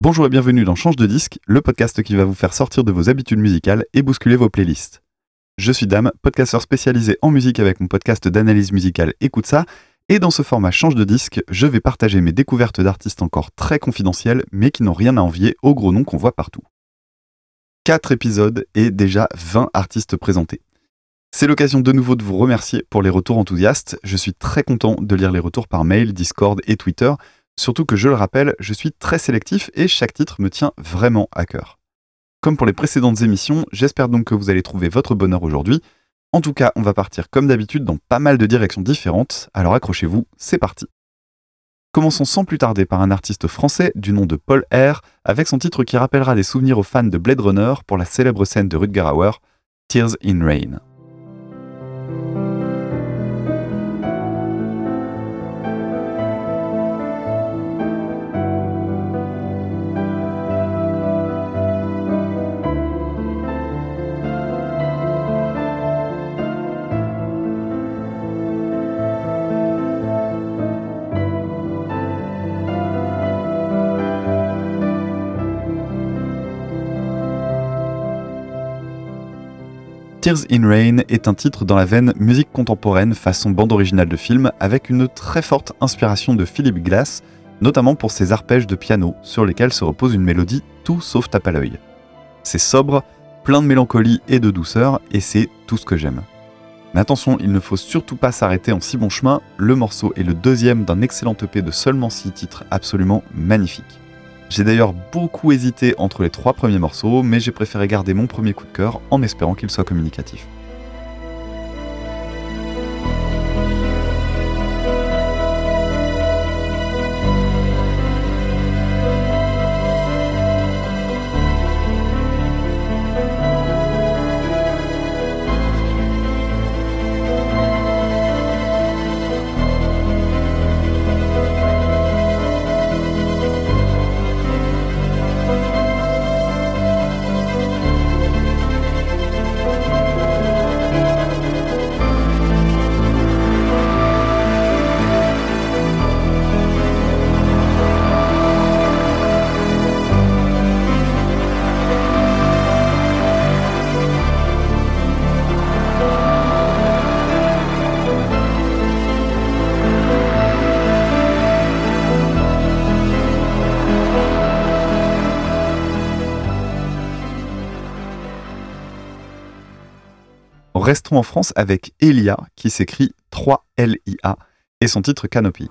Bonjour et bienvenue dans Change de disque, le podcast qui va vous faire sortir de vos habitudes musicales et bousculer vos playlists. Je suis Dame, podcasteur spécialisé en musique avec mon podcast d'analyse musicale Écoute ça, et dans ce format Change de disque, je vais partager mes découvertes d'artistes encore très confidentiels, mais qui n'ont rien à envier aux gros noms qu'on voit partout. 4 épisodes et déjà 20 artistes présentés. C'est l'occasion de nouveau de vous remercier pour les retours enthousiastes. Je suis très content de lire les retours par mail, Discord et Twitter. Surtout que, je le rappelle, je suis très sélectif et chaque titre me tient vraiment à cœur. Comme pour les précédentes émissions, j'espère donc que vous allez trouver votre bonheur aujourd'hui. En tout cas, on va partir comme d'habitude dans pas mal de directions différentes, alors accrochez-vous, c'est parti. Commençons sans plus tarder par un artiste français du nom de Paul R, avec son titre qui rappellera des souvenirs aux fans de Blade Runner pour la célèbre scène de Rutger Hauer, Tears in Rain. Tears in Rain est un titre dans la veine musique contemporaine façon bande originale de film avec une très forte inspiration de Philip Glass, notamment pour ses arpèges de piano sur lesquels se repose une mélodie tout sauf tape à l'œil. C'est sobre, plein de mélancolie et de douceur et c'est tout ce que j'aime. Mais attention, il ne faut surtout pas s'arrêter en si bon chemin, le morceau est le deuxième d'un excellent EP de seulement 6 titres absolument magnifiques. J'ai d'ailleurs beaucoup hésité entre les 3 premiers morceaux, mais j'ai préféré garder mon premier coup de cœur en espérant qu'il soit communicatif. Restons en France avec Elia, qui s'écrit 3LIA, et son titre Canopy.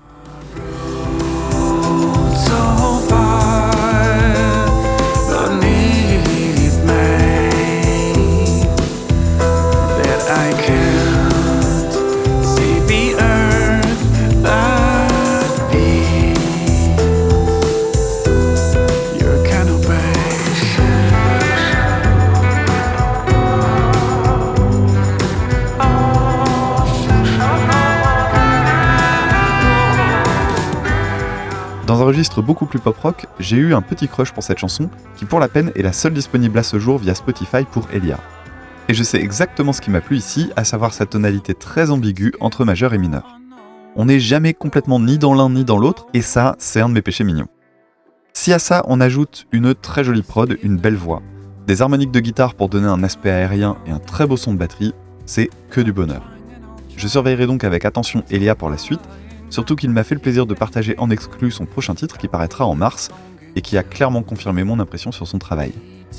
Dans un registre beaucoup plus pop-rock, j'ai eu un petit crush pour cette chanson, qui pour la peine est la seule disponible à ce jour via Spotify pour Elia. Et je sais exactement ce qui m'a plu ici, à savoir sa tonalité très ambiguë entre majeur et mineur. On n'est jamais complètement ni dans l'un ni dans l'autre, et ça, c'est un de mes péchés mignons. Si à ça on ajoute une très jolie prod, une belle voix, des harmoniques de guitare pour donner un aspect aérien et un très beau son de batterie, c'est que du bonheur. Je surveillerai donc avec attention Elia pour la suite, surtout qu'il m'a fait le plaisir de partager en exclu son prochain titre qui paraîtra en mars et qui a clairement confirmé mon impression sur son travail.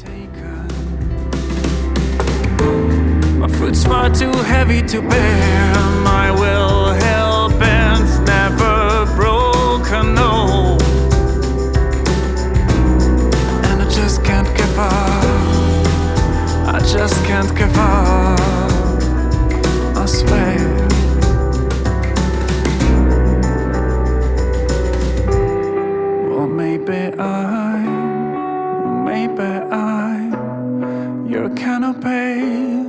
My foot's far too heavy to bear, my will hell bent, never broken, no. And I just can't give up, I just can't give up, I swear. Maybe I'm your canopy,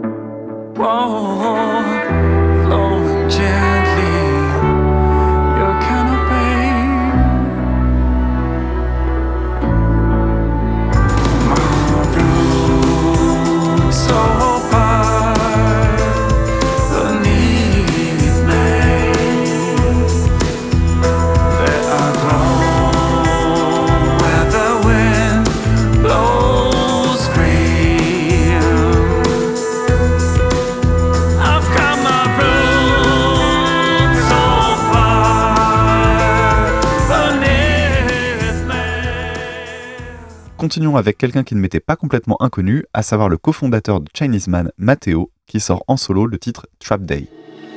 whoa, flowing gently, your canopy. My room so far beneath me that I grow where the continuons avec quelqu'un qui ne m'était pas complètement inconnu, à savoir le cofondateur de Chinese Man, Matteo, qui sort en solo le titre Trap Day.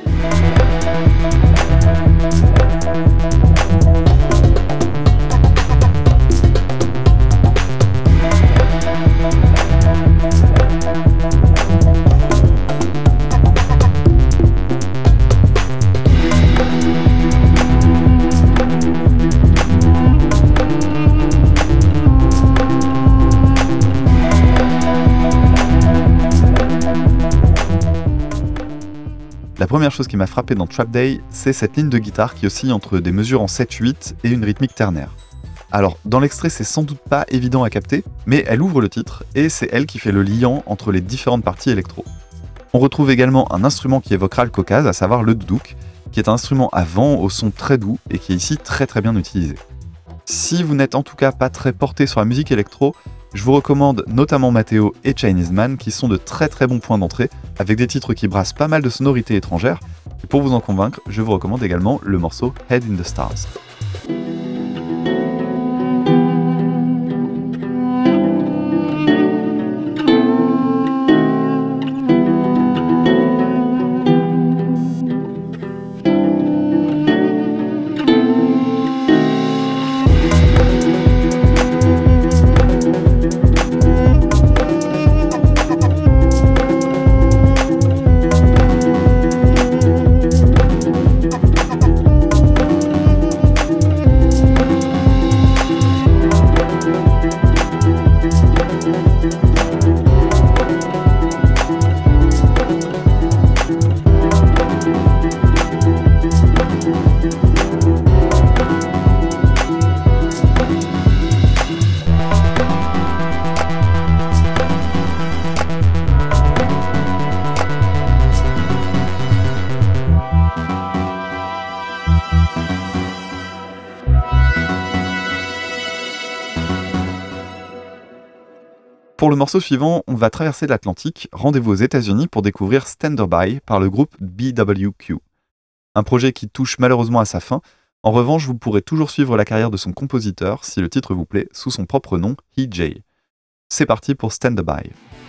La première chose qui m'a frappé dans Trap Day, c'est cette ligne de guitare qui oscille entre des mesures en 7-8 et une rythmique ternaire. Alors, dans l'extrait, c'est sans doute pas évident à capter, mais elle ouvre le titre, et c'est elle qui fait le liant entre les différentes parties électro. On retrouve également un instrument qui évoquera le Caucase, à savoir le doudouk, qui est un instrument à vent au son très doux et qui est ici très bien utilisé. Si vous n'êtes en tout cas pas très porté sur la musique électro, je vous recommande notamment Matteo et Chinese Man qui sont de très bons points d'entrée avec des titres qui brassent pas mal de sonorités étrangères. Et pour vous en convaincre, je vous recommande également le morceau Head in the Stars. Pour le morceau suivant, on va traverser l'Atlantique, rendez-vous aux États-Unis pour découvrir Stand By par le groupe BWQ. Un projet qui touche malheureusement à sa fin. En revanche, vous pourrez toujours suivre la carrière de son compositeur, si le titre vous plaît, sous son propre nom, EJ. C'est parti pour Stand By.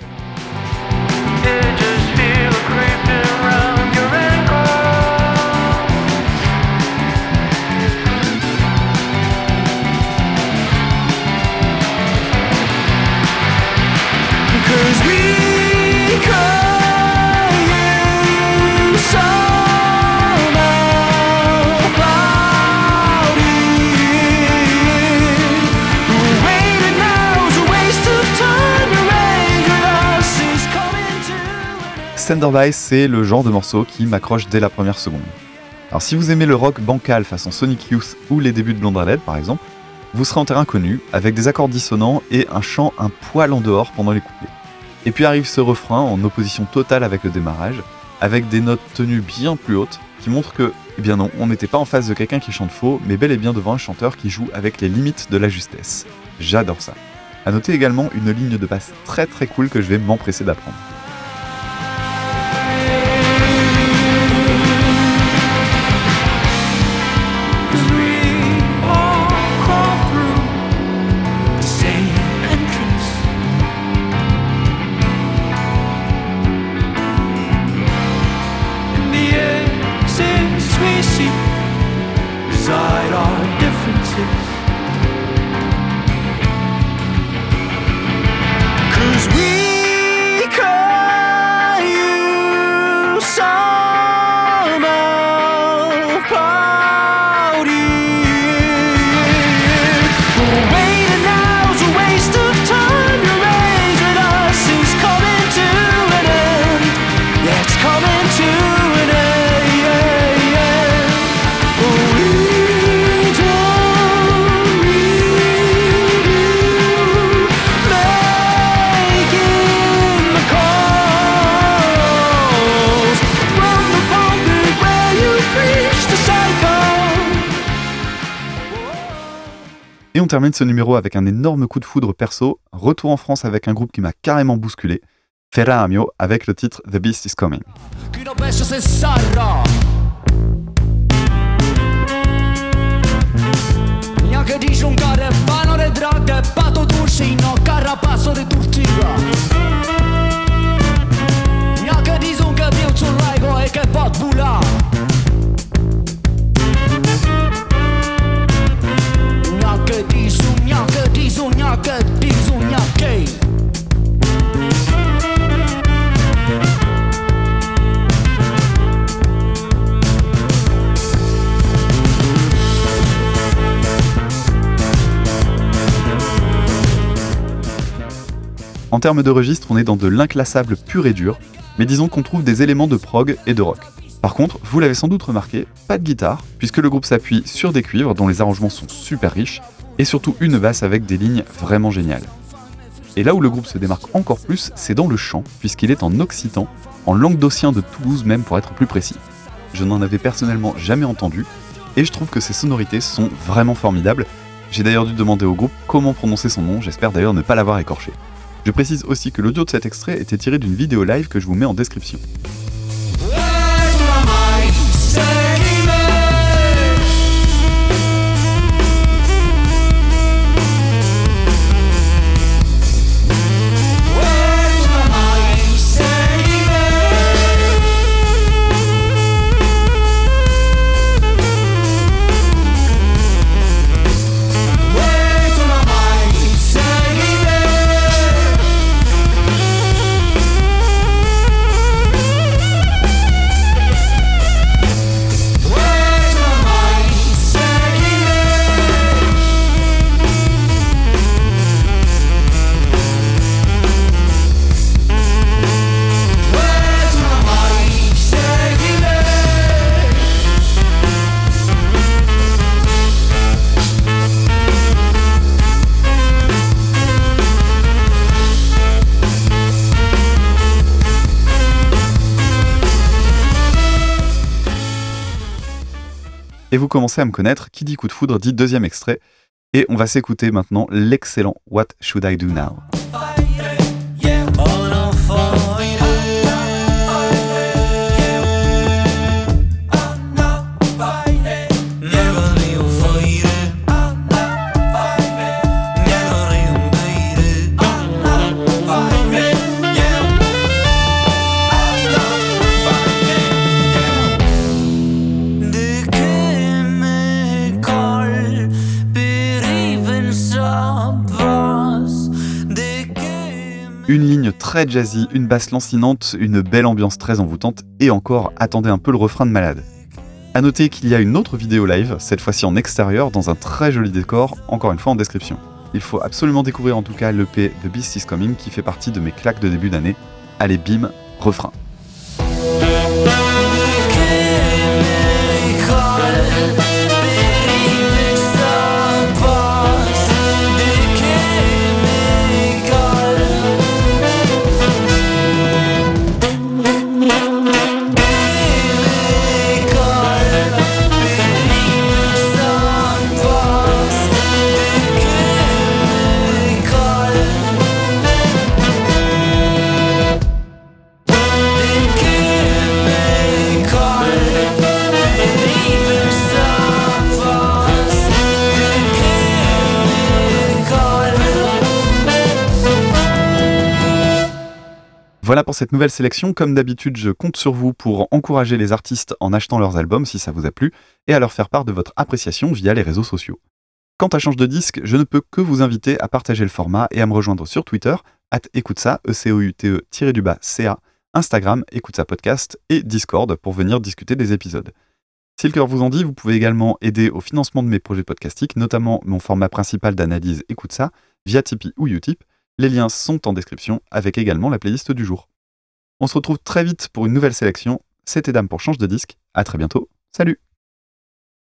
Stand By, c'est le genre de morceau qui m'accroche dès la première seconde. Alors si vous aimez le rock bancal façon Sonic Youth ou les débuts de Blonde Redhead par exemple, vous serez en terrain connu, avec des accords dissonants et un chant un poil en dehors pendant les couplets. Et puis arrive ce refrain en opposition totale avec le démarrage, avec des notes tenues bien plus hautes, qui montrent que, eh bien non, on n'était pas en face de quelqu'un qui chante faux, mais bel et bien devant un chanteur qui joue avec les limites de la justesse. J'adore ça. A noter également une ligne de basse très cool que je vais m'empresser d'apprendre. Et on termine ce numéro avec un énorme coup de foudre perso, retour en France avec un groupe qui m'a carrément bousculé, Ferramio avec le titre The Beast is Coming. Neanche di giungare, vanno le draghe, pato tu vicino, carapasso di tortura. Neanche di un che viu sul lago e che pot volare. Neanche di su, neanche di su, neanche di su, neanche. En termes de registre, on est dans de l'inclassable pur et dur, mais disons qu'on trouve des éléments de prog et de rock. Par contre, vous l'avez sans doute remarqué, pas de guitare, puisque le groupe s'appuie sur des cuivres dont les arrangements sont super riches, et surtout une basse avec des lignes vraiment géniales. Et là où le groupe se démarque encore plus, c'est dans le chant, puisqu'il est en occitan, en languedocien de Toulouse même pour être plus précis. Je n'en avais personnellement jamais entendu, et je trouve que ses sonorités sont vraiment formidables. J'ai d'ailleurs dû demander au groupe comment prononcer son nom, j'espère d'ailleurs ne pas l'avoir écorché. Je précise aussi que l'audio de cet extrait était tiré d'une vidéo live que je vous mets en description. Et vous commencez à me connaître, qui dit coup de foudre dit deuxième extrait, et on va s'écouter maintenant l'excellent What Should I Do Now. Une ligne très jazzy, une basse lancinante, une belle ambiance très envoûtante, et encore, attendez un peu le refrain de malade. A noter qu'il y a une autre vidéo live, cette fois-ci en extérieur, dans un très joli décor, encore une fois en description. Il faut absolument découvrir en tout cas l'EP The Beast Is Coming qui fait partie de mes claques de début d'année. Allez bim, refrain. Voilà pour cette nouvelle sélection. Comme d'habitude, je compte sur vous pour encourager les artistes en achetant leurs albums si ça vous a plu et à leur faire part de votre appréciation via les réseaux sociaux. Quant à Change de disque, je ne peux que vous inviter à partager le format et à me rejoindre sur Twitter, @écoutesa, ECOUTE_CA, Instagram, écoutesa podcast et Discord pour venir discuter des épisodes. Si le cœur vous en dit, vous pouvez également aider au financement de mes projets podcastiques, notamment mon format principal d'analyse Écoute ça, via Tipeee ou Utip. Les liens sont en description, avec également la playlist du jour. On se retrouve très vite pour une nouvelle sélection. C'était Dame pour Change de disque. À très bientôt. Salut!